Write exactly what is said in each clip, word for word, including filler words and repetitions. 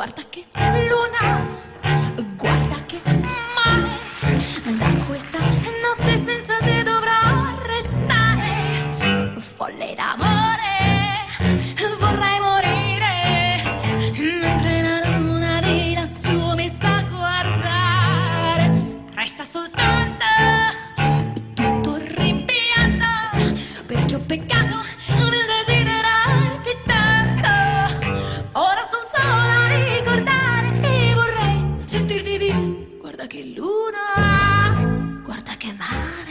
guarda che luna, guarda che mare, da questa notte senza te dovrò restare, folle d'amore, vorrei morire, mentre la luna di lassù mi sta a guardare, resta soltanto tutto rimpianto, perché ho peccato nel desiderarti tanto, ora sono sola a ricordare e vorrei sentirti dire, guarda che luna, guarda che mare.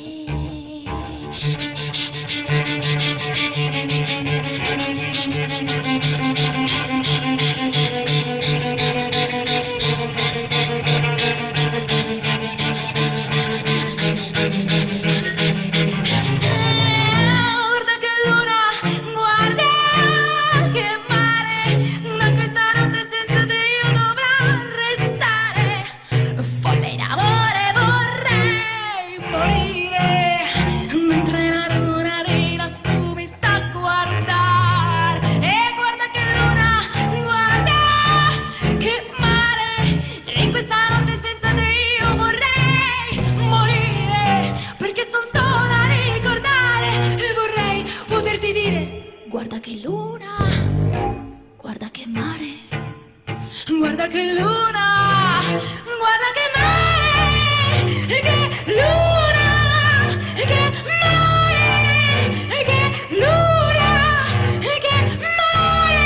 Guarda che luna, guarda che mare, guarda che luna, guarda che mare, che luna, che mare, che luna, che mare.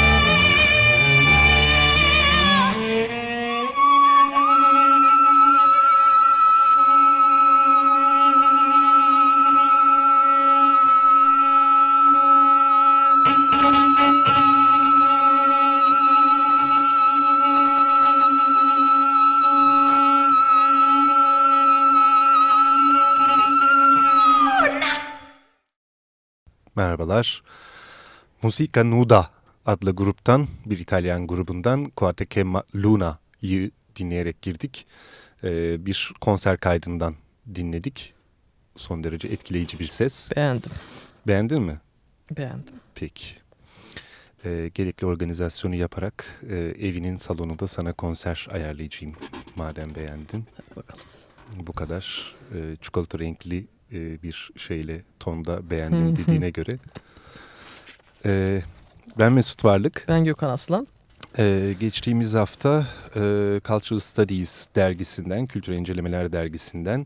Merhabalar. Musica Nuda adlı gruptan, bir İtalyan grubundan Guarda che Luna'yı dinleyerek girdik. Ee, bir konser kaydından dinledik. Son derece etkileyici bir ses. Beğendim. Beğendin mi? Beğendim. Peki. Ee, gerekli organizasyonu yaparak e, evinin salonunda sana konser ayarlayacağım madem beğendin. Hadi bakalım. Bu kadar e, çikolata renkli bir şeyle tonda beğendim dediğine göre. Ee, ben Mesut Varlık. Ben Gökhan Aslan. Ee, geçtiğimiz hafta e, Cultural Studies dergisinden, Kültür İncelemeler dergisinden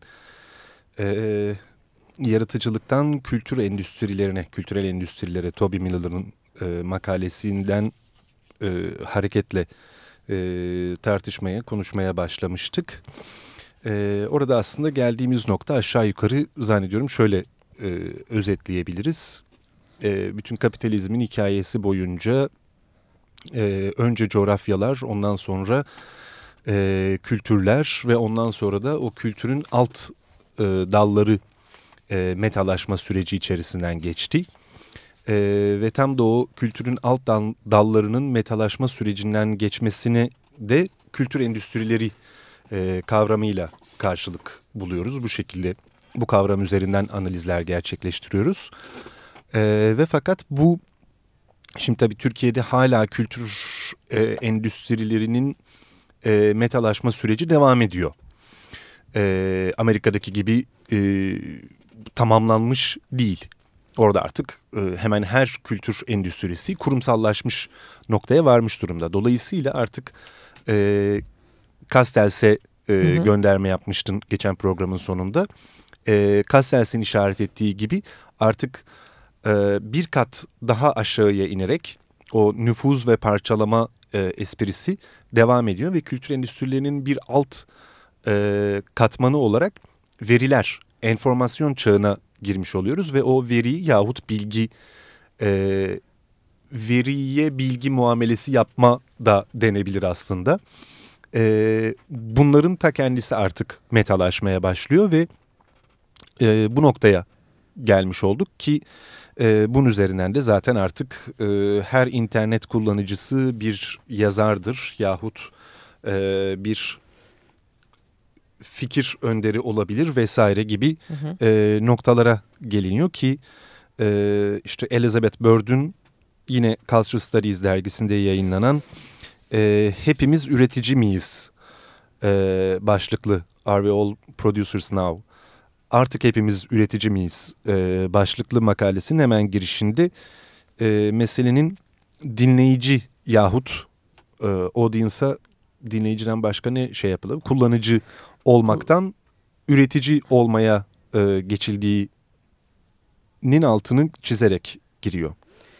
e, yaratıcılıktan kültür endüstrilerine, kültürel endüstrilere Toby Miller'ın e, makalesinden e, hareketle e, tartışmaya, konuşmaya başlamıştık. Ee, orada aslında geldiğimiz nokta aşağı yukarı zannediyorum şöyle e, özetleyebiliriz. E, bütün kapitalizmin hikayesi boyunca e, önce coğrafyalar, ondan sonra e, kültürler ve ondan sonra da o kültürün alt e, dalları e, metalaşma süreci içerisinden geçti. E, ve tam da o kültürün alt dal, dallarının metalaşma sürecinden geçmesine de kültür endüstrileri E, kavramıyla karşılık buluyoruz. Bu şekilde bu kavram üzerinden analizler gerçekleştiriyoruz. E, ve fakat bu şimdi tabii Türkiye'de hala kültür e, endüstrilerinin e, metalaşma süreci devam ediyor. E, Amerika'daki gibi e, tamamlanmış değil. Orada artık e, hemen her kültür endüstrisi kurumsallaşmış noktaya varmış durumda. Dolayısıyla artık e, Castells'e e, hı hı. gönderme yapmıştın geçen programın sonunda. E, Castells'in işaret ettiği gibi artık e, bir kat daha aşağıya inerek o nüfuz ve parçalama e, esprisi devam ediyor. Ve kültür endüstrilerinin bir alt e, katmanı olarak veriler, enformasyon çağına girmiş oluyoruz. Ve o veri yahut bilgi, e, veriye bilgi muamelesi yapma da denebilir aslında. Ee, bunların ta kendisi artık metalaşmaya başlıyor ve e, bu noktaya gelmiş olduk ki e, bunun üzerinden de zaten artık e, her internet kullanıcısı bir yazardır yahut e, bir fikir önderi olabilir vesaire gibi hı hı. E, noktalara geliniyor ki e, işte Elizabeth Bird'ün yine Cultural Studies dergisinde yayınlanan e, hepimiz üretici miyiz e, başlıklı Are We All Producers Now? Artık hepimiz üretici miyiz e, başlıklı makalesinin hemen girişinde e, meselenin dinleyici yahut e, audience'a dinleyiciden başka ne şey yapılır? Kullanıcı olmaktan üretici olmaya e, geçildiğinin altını çizerek giriyor.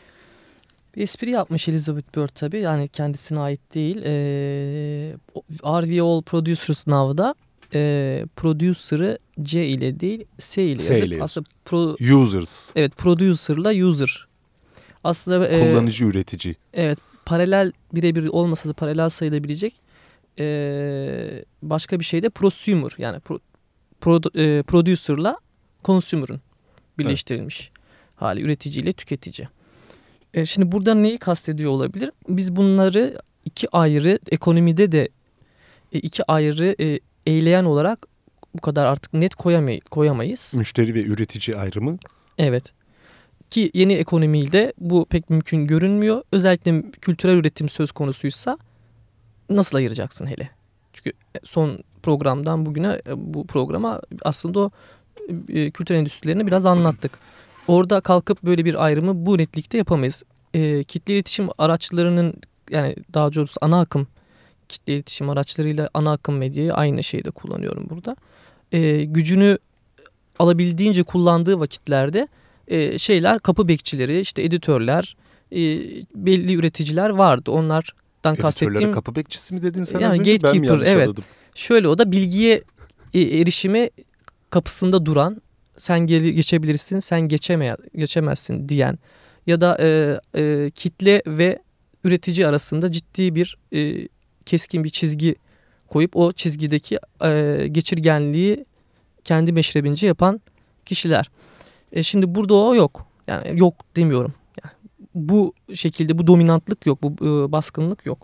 Bir espri yapmış Elizabeth Bird tabii. Yani kendisine ait değil. Ee, Are We All Producers Now'da e, producer'ı C ile değil S ile S yazıp ile aslında pro, users. Evet, producer'la user. Aslında e, kullanıcı üretici. Evet, paralel birebir olmasa da paralel sayılabilecek e, başka bir şey de prosumer, yani pro, pro, e, producer'la consumer'ın birleştirilmiş evet. hali, üretici ile tüketici. E, şimdi burada neyi kastediyor olabilir? Biz bunları iki ayrı, ekonomide de e, iki ayrı e, eyleyen olarak bu kadar artık net koyamay koyamayız. Müşteri ve üretici ayrımı. Evet. Ki yeni ekonomide bu pek mümkün görünmüyor. Özellikle kültürel üretim söz konusuysa nasıl ayıracaksın hele? Çünkü son programdan bugüne bu programa aslında o e, kültür endüstrilerini biraz anlattık. Orada kalkıp böyle bir ayrımı bu netlikte yapamayız. E, kitle iletişim araçlarının, yani daha doğrusu ana akım kitle iletişim araçlarıyla ana akım medyayı aynı şeyde kullanıyorum burada. E, gücünü alabildiğince kullandığı vakitlerde e, şeyler, kapı bekçileri, işte editörler, e, belli üreticiler vardı. Onlardan kastettiğim... Editörlere kapı bekçisi mi dedin sen yani az önce? Ben mi yanlış evet. anladım? Şöyle, o da bilgiye e, erişimi kapısında duran, sen geri geçebilirsin, sen geçeme, geçemezsin diyen ya da e, e, kitle ve üretici arasında ciddi bir e, keskin bir çizgi koyup o çizgideki e, geçirgenliği kendi meşrebince yapan kişiler. E şimdi burada o yok. Yani yok demiyorum. Yani bu şekilde bu dominantlık yok, bu e, baskınlık yok.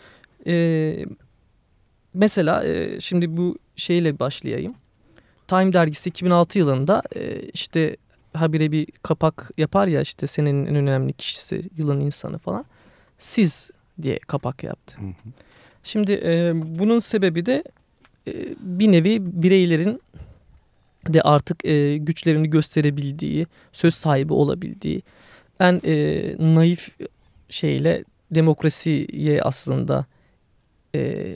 E, mesela e, şimdi bu şeyle başlayayım. Time dergisi iki bin altı yılında e, işte habire bir kapak yapar ya, işte senenin en önemli kişisi, yılın insanı falan. Siz diye kapak yaptı. Hı hı. Şimdi e, bunun sebebi de e, bir nevi bireylerin de artık e, güçlerini gösterebildiği, söz sahibi olabildiği, en e, naif şeyle demokrasiye aslında e,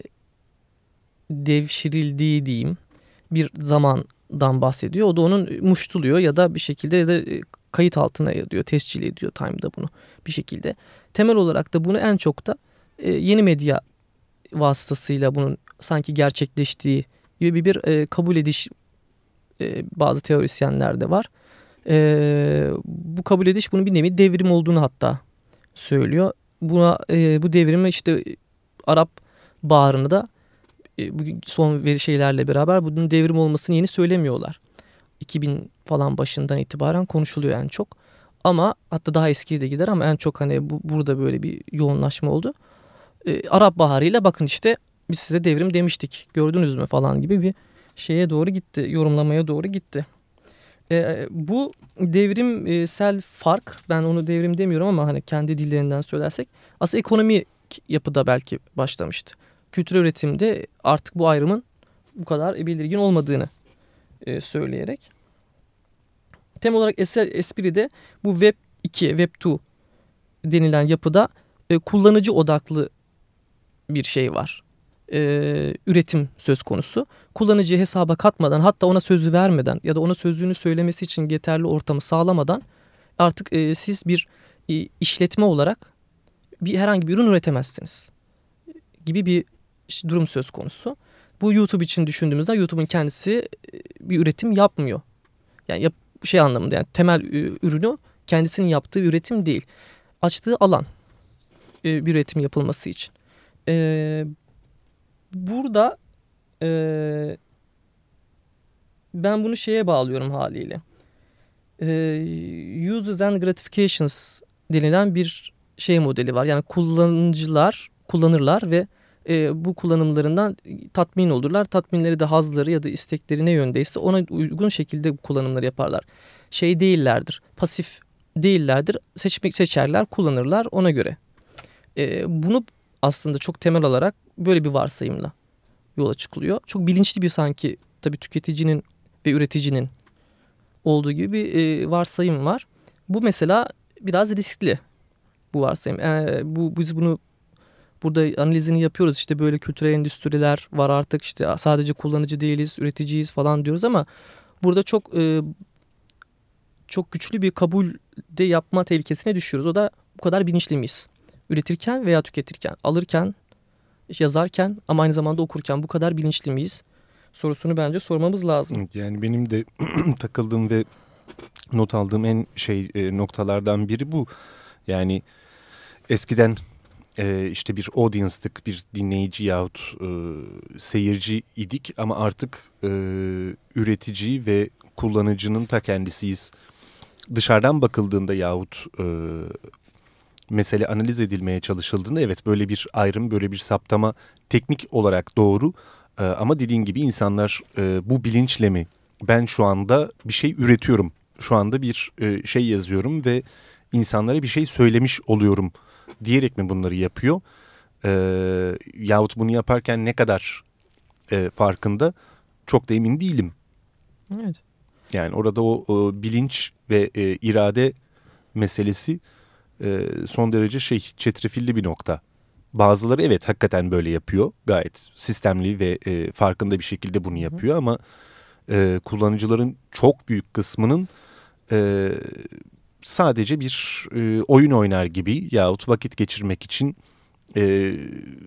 devşirildiği diyeyim bir zamandan bahsediyor. O da onun muştuluyor ya da bir şekilde ya da kayıt altına ediyor, tescil ediyor Time'da bunu bir şekilde. Temel olarak da bunu en çok da e, yeni medya vasıtasıyla bunun sanki gerçekleştiği gibi bir e, kabul ediş e, bazı teorisyenlerde var. E, bu kabul ediş bunun bir nevi devrim olduğunu hatta söylüyor. Buna e, bu devrimi işte Arap Baharı'nı da e, bugün son veri şeylerle beraber bunun devrim olmasını yeni söylemiyorlar. iki bin falan başından itibaren konuşuluyor en çok. Ama hatta daha eskiye de gider ama en çok hani bu, burada böyle bir yoğunlaşma oldu. E, Arap Baharı'yla bakın işte biz size devrim demiştik, gördünüz mü falan gibi bir şeye doğru gitti, yorumlamaya doğru gitti. E, bu devrimsel fark, ben onu devrim demiyorum ama hani kendi dillerinden söylersek aslında ekonomik yapıda belki başlamıştı. Kültür üretimde artık bu ayrımın bu kadar belirgin olmadığını e, söyleyerek. Temel olarak eser, espri de bu Web iki, Web iki denilen yapıda e, kullanıcı odaklı bir şey var. E, üretim söz konusu. Kullanıcıyı hesaba katmadan, hatta ona sözü vermeden ya da ona sözünü söylemesi için yeterli ortamı sağlamadan artık e, siz bir e, işletme olarak bir herhangi bir ürün üretemezsiniz gibi bir durum söz konusu. Bu YouTube için düşündüğümüzde YouTube'un kendisi bir üretim yapmıyor. Yani yap, şey anlamında, yani temel ürünü kendisinin yaptığı üretim değil. Açtığı alan bir üretim yapılması için. Ee, burada e, ben bunu şeye bağlıyorum haliyle. Ee, Uses and Gratifications denilen bir şey modeli var. Yani kullanıcılar kullanırlar ve e, bu kullanımlarından tatmin olurlar. Tatminleri de hazları ya da istekleri ne yöndeyse ona uygun şekilde kullanımları yaparlar. Şey değillerdir, pasif değillerdir. Seçmek seçerler, kullanırlar ona göre. E, bunu aslında çok temel olarak böyle bir varsayımla yola çıkılıyor. Çok bilinçli bir sanki tabii tüketicinin ve üreticinin olduğu gibi bir e, varsayım var. Bu mesela biraz riskli bu varsayım. E, bu biz bunu burada analizini yapıyoruz. İşte böyle kültürel endüstriler var artık. İşte sadece kullanıcı değiliz, üreticiyiz falan diyoruz ama burada çok e, çok güçlü bir kabulde yapma tehlikesine düşüyoruz. O da bu kadar bilinçli miyiz? Üretirken veya tüketirken, alırken, yazarken ama aynı zamanda okurken bu kadar bilinçli miyiz? Sorusunu bence sormamız lazım. Yani benim de takıldığım ve not aldığım en şey e, noktalardan biri bu. Yani eskiden e, işte bir audience'tık, bir dinleyici yahut e, seyirci idik ama artık e, üretici ve kullanıcının ta kendisiyiz. Dışarıdan bakıldığında yahut e, mesele analiz edilmeye çalışıldığında evet böyle bir ayrım, böyle bir saptama teknik olarak doğru. E, ama dediğin gibi insanlar e, bu bilinçle mi ben şu anda bir şey üretiyorum, şu anda bir e, şey yazıyorum ve insanlara bir şey söylemiş oluyorum diyerek mi bunları yapıyor? E, yahut bunu yaparken ne kadar e, farkında çok da emin değilim. Evet. Yani orada o, o bilinç ve e, irade meselesi e, son derece şey çetrefilli bir nokta. Bazıları evet hakikaten böyle yapıyor. Gayet sistemli ve e, farkında bir şekilde bunu yapıyor. Hı hı. Ama e, kullanıcıların çok büyük kısmının e, sadece bir e, oyun oynar gibi yahut vakit geçirmek için e,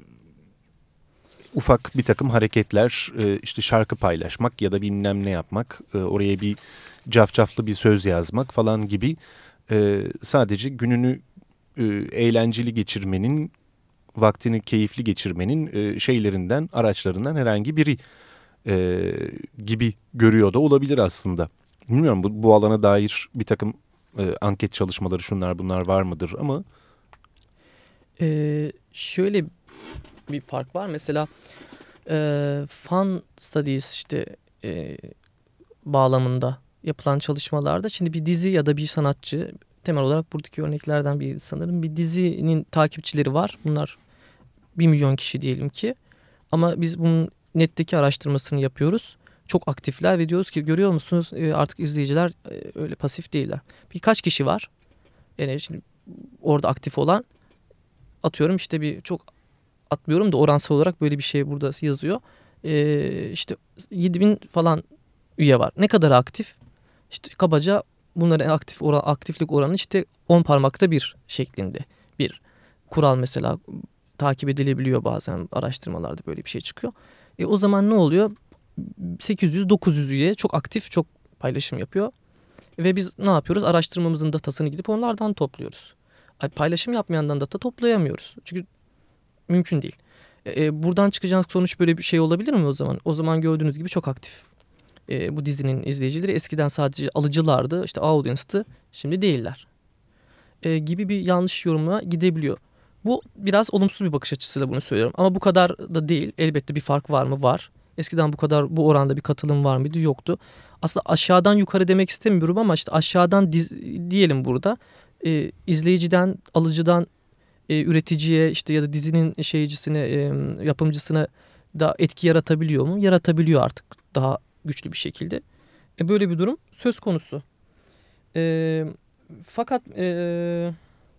ufak bir takım hareketler, e, işte şarkı paylaşmak ya da bilmem ne yapmak, e, oraya bir cafcaflı bir söz yazmak falan gibi e, sadece gününü e, eğlenceli geçirmenin, vaktini keyifli geçirmenin e, şeylerinden, araçlarından herhangi biri e, gibi görüyor da olabilir aslında. Bilmiyorum bu, bu alana dair bir takım e, anket çalışmaları şunlar bunlar var mıdır ama... Ee, şöyle bir fark var. Mesela e, fan studies işte e, bağlamında yapılan çalışmalarda şimdi bir dizi ya da bir sanatçı temel olarak buradaki örneklerden biri sanırım bir dizinin takipçileri var. Bunlar bir milyon kişi diyelim ki ama biz bunun netteki araştırmasını yapıyoruz. Çok aktifler ve diyoruz ki görüyor musunuz e, artık izleyiciler e, öyle pasif değiller. Birkaç kişi var. Yani şimdi orada aktif olan atıyorum işte bir çok atmıyorum da oransal olarak böyle bir şey burada yazıyor. Ee, işte yedi bin falan üye var. Ne kadar aktif? İşte kabaca bunların aktif oran, aktiflik oranı işte on parmakta bir şeklinde bir kural mesela takip edilebiliyor bazen araştırmalarda böyle bir şey çıkıyor. E o zaman ne oluyor? sekiz yüz dokuz yüz üye çok aktif, çok paylaşım yapıyor. Ve biz ne yapıyoruz? Araştırmamızın datasını gidip onlardan topluyoruz. Paylaşım yapmayandan data toplayamıyoruz. Çünkü mümkün değil. E, buradan çıkacak sonuç böyle bir şey olabilir mi o zaman? O zaman gördüğünüz gibi çok aktif. E, bu dizinin izleyicileri eskiden sadece alıcılardı, işte audience'tı, şimdi değiller. E, gibi bir yanlış yoruma gidebiliyor. Bu biraz olumsuz bir bakış açısıyla bunu söylüyorum. Ama bu kadar da değil. Elbette bir fark var mı? Var. Eskiden bu kadar bu oranda bir katılım var mıydı? Yoktu. Aslında aşağıdan yukarı demek istemiyorum ama işte aşağıdan diz, diyelim burada. E, izleyiciden, alıcıdan e, üreticiye işte ya da dizinin şeycisine, e, yapımcısına da etki yaratabiliyor mu? Yaratabiliyor artık daha güçlü bir şekilde. E, böyle bir durum söz konusu. E, fakat e,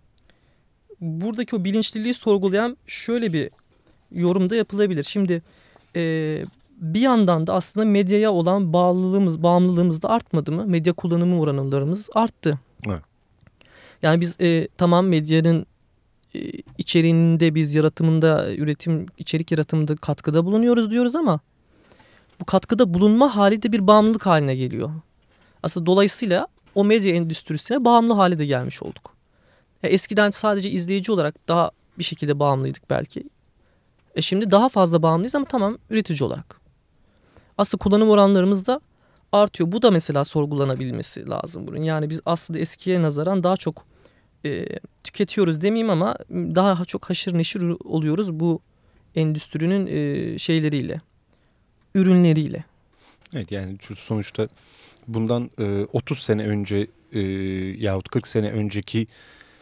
buradaki o bilinçliliği sorgulayan şöyle bir yorum da yapılabilir. Şimdi e, bir yandan da aslında medyaya olan bağlılığımız, bağımlılığımız da artmadı mı? Medya kullanımı oranlarımız arttı. Evet. Yani biz e, tamam medyanın e, içeriğinde biz yaratımında, üretim, içerik yaratımında katkıda bulunuyoruz diyoruz ama bu katkıda bulunma hali de bir bağımlılık haline geliyor. Aslında dolayısıyla o medya endüstrisine bağımlı hale de gelmiş olduk. Yani eskiden sadece izleyici olarak daha bir şekilde bağımlıydık belki. E şimdi daha fazla bağımlıyız ama tamam üretici olarak. Aslında kullanım oranlarımız da artıyor. Bu da mesela sorgulanabilmesi lazım bunun. Yani biz aslında eskiye nazaran daha çok e, tüketiyoruz demeyeyim ama daha çok haşır neşir oluyoruz bu endüstrinin e, şeyleriyle, ürünleriyle. Evet yani sonuçta bundan e, otuz sene önce e, yahut kırk sene önceki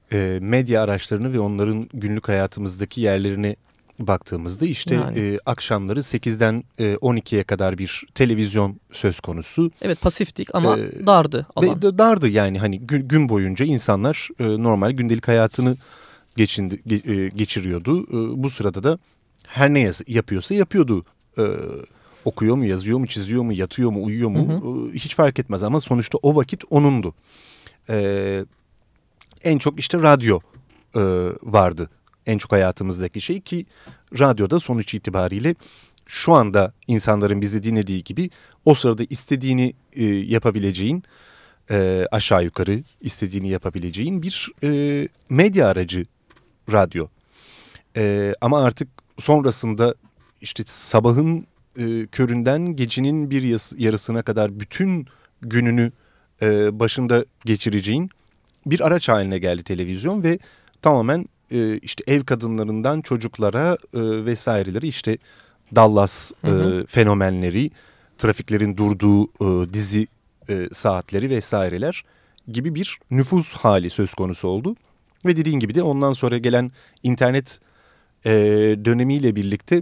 e, medya araçlarını ve onların günlük hayatımızdaki yerlerini baktığımızda işte Yani. e, akşamları sekizden e, on ikiye kadar bir televizyon söz konusu. Evet, pasiftik ama Ee, dardı alan. Ve de dardı yani hani gün, gün boyunca insanlar e, normal gündelik hayatını geçindi, ge, e, geçiriyordu. E, bu sırada da her ne yaz, yapıyorsa yapıyordu. E, okuyor mu, yazıyor mu, çiziyor mu, yatıyor mu, uyuyor mu Hı hı. E, hiç fark etmez ama sonuçta o vakit onundu. E, en çok işte radyo e, vardı. En çok hayatımızdaki şey ki radyoda sonuç itibariyle şu anda insanların bizi dinlediği gibi o sırada istediğini e, yapabileceğin, e, aşağı yukarı istediğini yapabileceğin bir e, medya aracı radyo. E, ama artık sonrasında işte sabahın e, köründen gecenin bir yarısına kadar bütün gününü e, başında geçireceğin bir araç haline geldi televizyon ve tamamen e, işte ev kadınlarından çocuklara e, vesaireleri işte Dallas hı hı. E, fenomenleri, trafiklerin durduğu e, dizi e, saatleri vesaireler gibi bir nüfuz hali söz konusu oldu. Ve dediğin gibi de ondan sonra gelen internet e, dönemiyle birlikte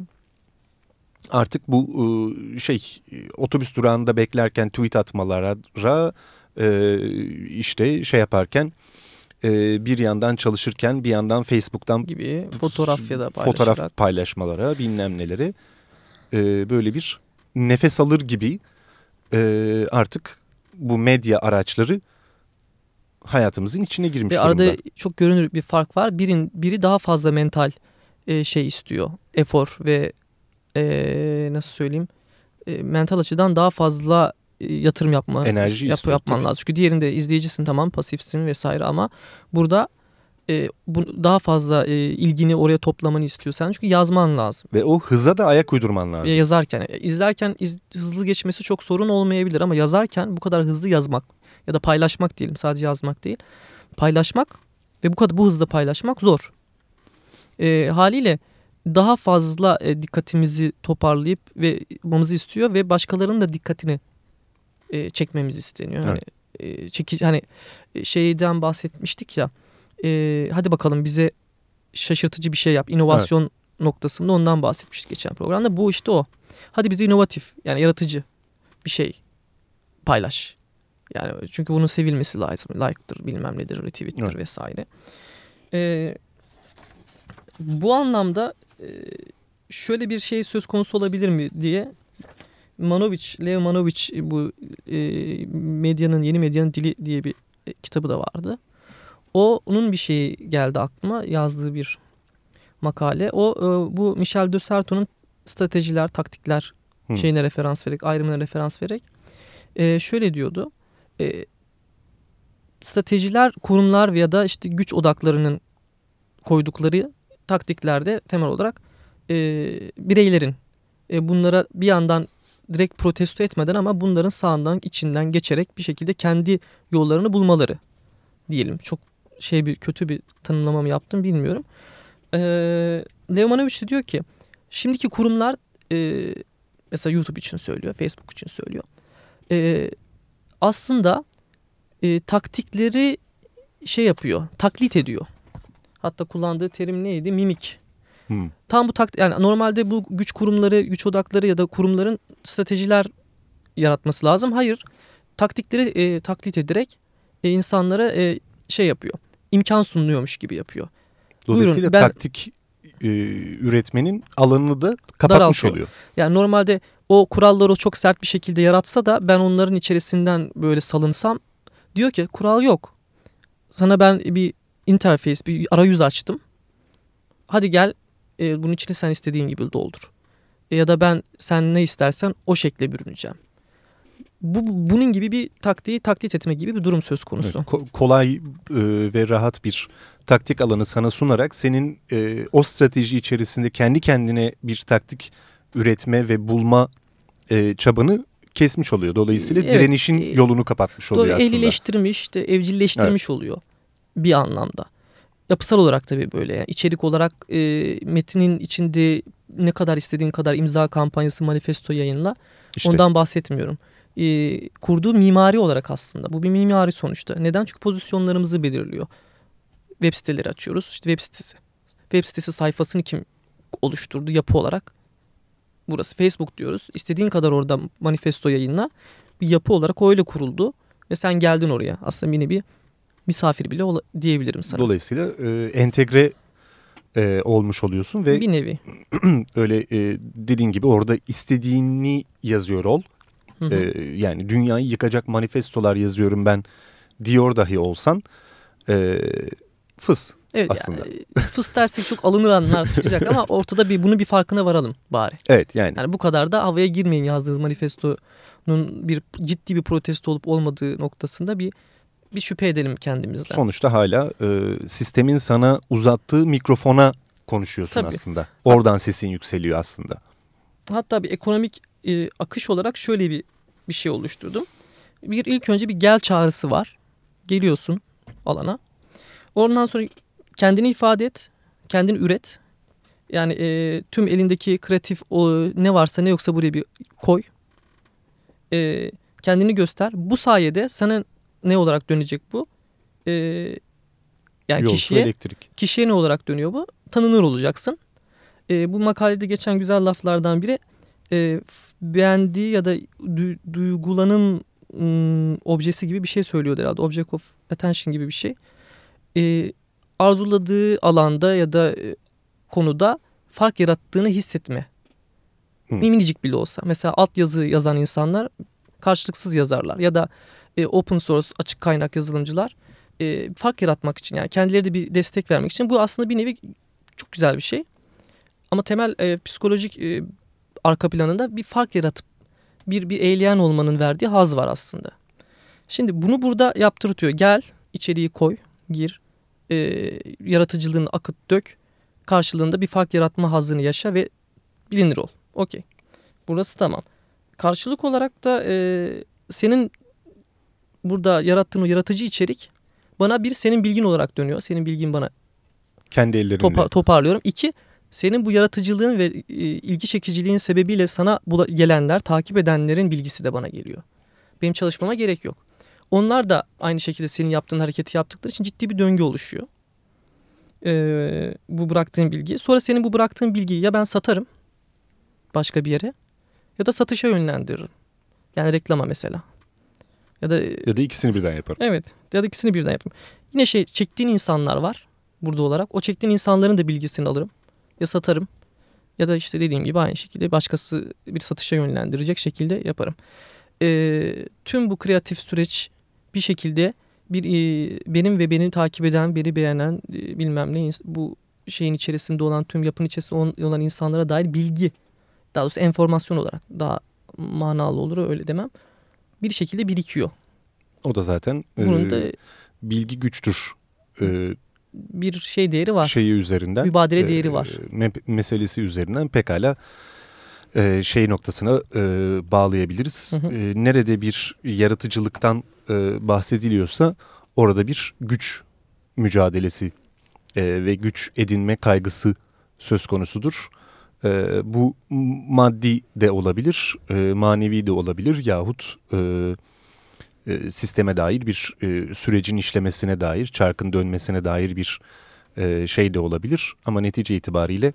artık bu e, şey otobüs durağında beklerken tweet atmalara e, işte şey yaparken e, bir yandan çalışırken bir yandan Facebook'tan gibi fotoğraf ya da paylaşarak fotoğraf paylaşmalara bilmem nelere e, böyle bir nefes alır gibi e, artık bu medya araçları hayatımızın içine girmiş ve durumda. arada çok görünür bir fark var. Birin, biri daha fazla mental e, şey istiyor. Efor ve e, nasıl söyleyeyim e, mental açıdan daha fazla e, yatırım yapma, enerji yap, istiyor, yapman tabii. lazım. Çünkü diğerinde izleyicisin, tamam, pasifsin vesaire ama burada e, bu, daha fazla e, ilgini oraya toplamanı istiyorsan çünkü yazman lazım. Ve o hıza da ayak uydurman lazım. E, yazarken, e, izlerken iz, hızlı geçmesi çok sorun olmayabilir ama yazarken bu kadar hızlı yazmak ya da paylaşmak diyelim, sadece yazmak değil. Paylaşmak ve bu kadar bu hızda paylaşmak zor. E, haliyle daha fazla e, dikkatimizi toparlayıp ve yapmamızı istiyor ve başkalarının da dikkatini e, çekmemiz isteniyor. Evet. Hani e, çeki hani şeyden bahsetmiştik ya. E, hadi bakalım bize şaşırtıcı bir şey yap. İnovasyon evet. noktasında ondan bahsetmiştik geçen programda. Bu işte o. Hadi bize inovatif, yani yaratıcı bir şey paylaş. Yani çünkü bunun sevilmesi lazım. Like'tır, bilmem nedir, retweet'tir evet. vesaire. E, bu anlamda e, şöyle bir şey söz konusu olabilir mi diye Manovic, Leo Manovic bu e, medyanın, yeni medyanın dili diye bir e, kitabı da vardı. O onun bir şeyi geldi aklıma, yazdığı bir makale. O e, bu Michel de Certeau'nun stratejiler, taktikler hmm. şeyine referans vererek, ayrımına referans vererek e, şöyle diyordu. E, stratejiler kurumlar ya da işte güç odaklarının koydukları taktiklerde temel olarak e, bireylerin e, bunlara bir yandan direkt protesto etmeden ama bunların sağından içinden geçerek bir şekilde kendi yollarını bulmaları diyelim. Çok şey bir kötü bir tanımlama mı yaptım bilmiyorum. E, Leo Manovic de diyor ki şimdiki kurumlar e, mesela YouTube için söylüyor, Facebook için söylüyor. E, aslında e, taktikleri şey yapıyor, taklit ediyor. Hatta kullandığı terim neydi? Mimik. Hmm. Tam bu taktik, yani normalde bu güç kurumları, güç odakları ya da kurumların stratejiler yaratması lazım. Hayır, taktikleri e, taklit ederek e, insanlara e, şey yapıyor. İmkan sunuyormuş gibi yapıyor. Dolayısıyla Buyurun, ben, taktik e, üretmenin alanını da kapatmış daraltıyor. Oluyor. Yani normalde o kuralları çok sert bir şekilde yaratsa da ben onların içerisinden böyle salınsam, diyor ki kural yok. Sana ben bir interface, bir arayüz açtım. Hadi gel e, bunun içine sen istediğin gibi doldur. E, ya da ben sen ne istersen o şekle bürüneceğim. Bu bunun gibi bir taktiği taklit etme gibi bir durum söz konusu. Evet, ko- kolay e, ve rahat bir taktik alanı sana sunarak senin e, o strateji içerisinde kendi kendine bir taktik üretme ve bulma e, çabanı kesmiş oluyor. Dolayısıyla evet, direnişin e, yolunu kapatmış oluyor aslında. Ehlileştirmiş, işte evcilleştirmiş evet. oluyor bir anlamda. Yapısal olarak tabii böyle. Yani içerik olarak e, metinin içinde ne kadar istediğin kadar imza kampanyası, manifesto yayınla. İşte. Ondan bahsetmiyorum. E, kurduğu mimari olarak aslında. Bu bir mimari sonuçta. Neden? Çünkü pozisyonlarımızı belirliyor. web siteleri açıyoruz. İşte web sitesi. Web sitesi sayfasını kim oluşturdu yapı olarak? Burası Facebook diyoruz. İstediğin kadar orada manifesto yayınla. Bir yapı olarak öyle kuruldu. Ve sen geldin oraya. Aslında yine bir misafir bile ola- diyebilirim sana. Dolayısıyla e, entegre e, olmuş oluyorsun ve bir nevi. öyle e, dediğin gibi orada istediğini yazıyor ol. Hı hı. E, yani dünyayı yıkacak manifestolar yazıyorum ben diyor dahi olsan e, fıs Evet, aslında. Yani, fıs dersek çok alınır anlar çıkacak ama ortada bir bunun bir farkına varalım bari. Evet yani. Yani bu kadar da havaya girmeyin yazdığınız manifestonun bir ciddi bir protesto olup olmadığı noktasında bir bir şüphe edelim kendimizden. Sonuçta hala e, sistemin sana uzattığı mikrofona konuşuyorsun Tabii. aslında. Oradan sesin yükseliyor aslında. Hatta bir ekonomik e, akış olarak şöyle bir bir şey oluşturdum. Bir ilk önce bir gel çağrısı var. Geliyorsun alana. Ondan sonra kendini ifade et, kendini üret. Yani e, tüm elindeki kreatif o, ne varsa ne yoksa buraya bir koy. E, kendini göster. Bu sayede sana ne olarak dönecek bu? E, yani Yolcu kişiye elektrik. kişiye ne olarak dönüyor bu? Tanınır olacaksın. E, bu makalede geçen güzel laflardan biri e, beğendiği ya da du, duygulanım m, objesi gibi bir şey söylüyordu herhalde. Object of attention gibi bir şey. E, arzuladığı alanda ya da e, konuda fark yarattığını hissetme. Hmm. Minicik bile olsa. Mesela altyazı yazan insanlar karşılıksız yazarlar. Ya da e, open source açık kaynak yazılımcılar e, fark yaratmak için yani kendileri de bir destek vermek için. Bu aslında bir nevi çok güzel bir şey. Ama temel e, psikolojik e, arka planında bir fark yaratıp bir bir eğleyen olmanın verdiği haz var aslında. Şimdi bunu burada yaptırtıyor. Gel içeriği koy, gir, e, yaratıcılığını akıt, dök. Karşılığında bir fark yaratma hazını yaşa ve bilinir ol. Okey. Burası tamam. Karşılık olarak da e, senin burada yarattığın o yaratıcı içerik bana bir senin bilgin olarak dönüyor. Senin bilgin bana Kendi ellerinde. topa, toparlıyorum. İki, senin bu yaratıcılığın ve e, ilgi çekiciliğin sebebiyle sana bula, gelenler, takip edenlerin bilgisi de bana geliyor. Benim çalışmama gerek yok. Onlar da aynı şekilde senin yaptığın hareketi yaptıkları için ciddi bir döngü oluşuyor. Ee, bu bıraktığın bilgi. Sonra senin bu bıraktığın bilgiyi ya ben satarım başka bir yere ya da satışa yönlendiririm. Yani reklama mesela. Ya da Ya da ikisini birden yaparım. evet. Ya da ikisini birden yaparım. Yine şey çektiğin insanlar var burada olarak. O çektiğin insanların da bilgisini alırım. Ya satarım ya da işte dediğim gibi aynı şekilde başkası bir satışa yönlendirecek şekilde yaparım. Ee, tüm bu kreatif süreç bir şekilde bir e, benim ve beni takip eden, beni beğenen e, bilmem ne bu şeyin içerisinde olan tüm yapın içerisinde olan insanlara dair bilgi, daha doğrusu enformasyon olarak daha manalı olur öyle demem. Bir şekilde birikiyor. O da zaten Bunun e, da bilgi güçtür. E, bir şey değeri var. Şeyi üzerinden. Mübadele e, değeri var. Me- meselesi üzerinden pekala e, şey noktasına e, bağlayabiliriz. Hı hı. E, nerede bir yaratıcılıktan e, bahsediliyorsa orada bir güç mücadelesi e, ve güç edinme kaygısı söz konusudur. E, bu maddi de olabilir, e, manevi de olabilir yahut e, e, sisteme dair bir e, sürecin işlemesine dair, çarkın dönmesine dair bir e, şey de olabilir. Ama netice itibariyle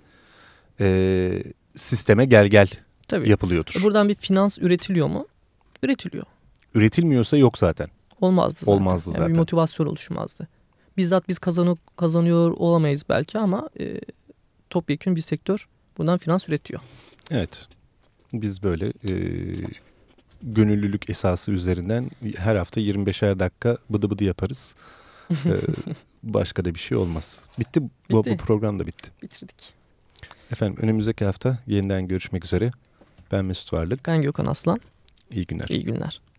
e, sisteme gel gel Tabii. yapılıyordur. Buradan bir finans üretiliyor mu? Üretiliyor. Üretilmiyorsa yok zaten. Olmazdı zaten. Olmazdı Yani zaten. bir motivasyon oluşmazdı. Bizzat biz kazanı, kazanıyor olamayız belki ama e, topyekün bir sektör buradan finans üretiyor. Evet. Biz böyle e, gönüllülük esası üzerinden her hafta yirmi beşer dakika bıdı bıdı yaparız. e, başka da bir şey olmaz. Bitti. Bu, Bitti. bu program da bitti. Bitirdik. Efendim önümüzdeki hafta yeniden görüşmek üzere. Ben Mesut Varlık. Ben Gökhan Aslan. İyi günler. İyi günler.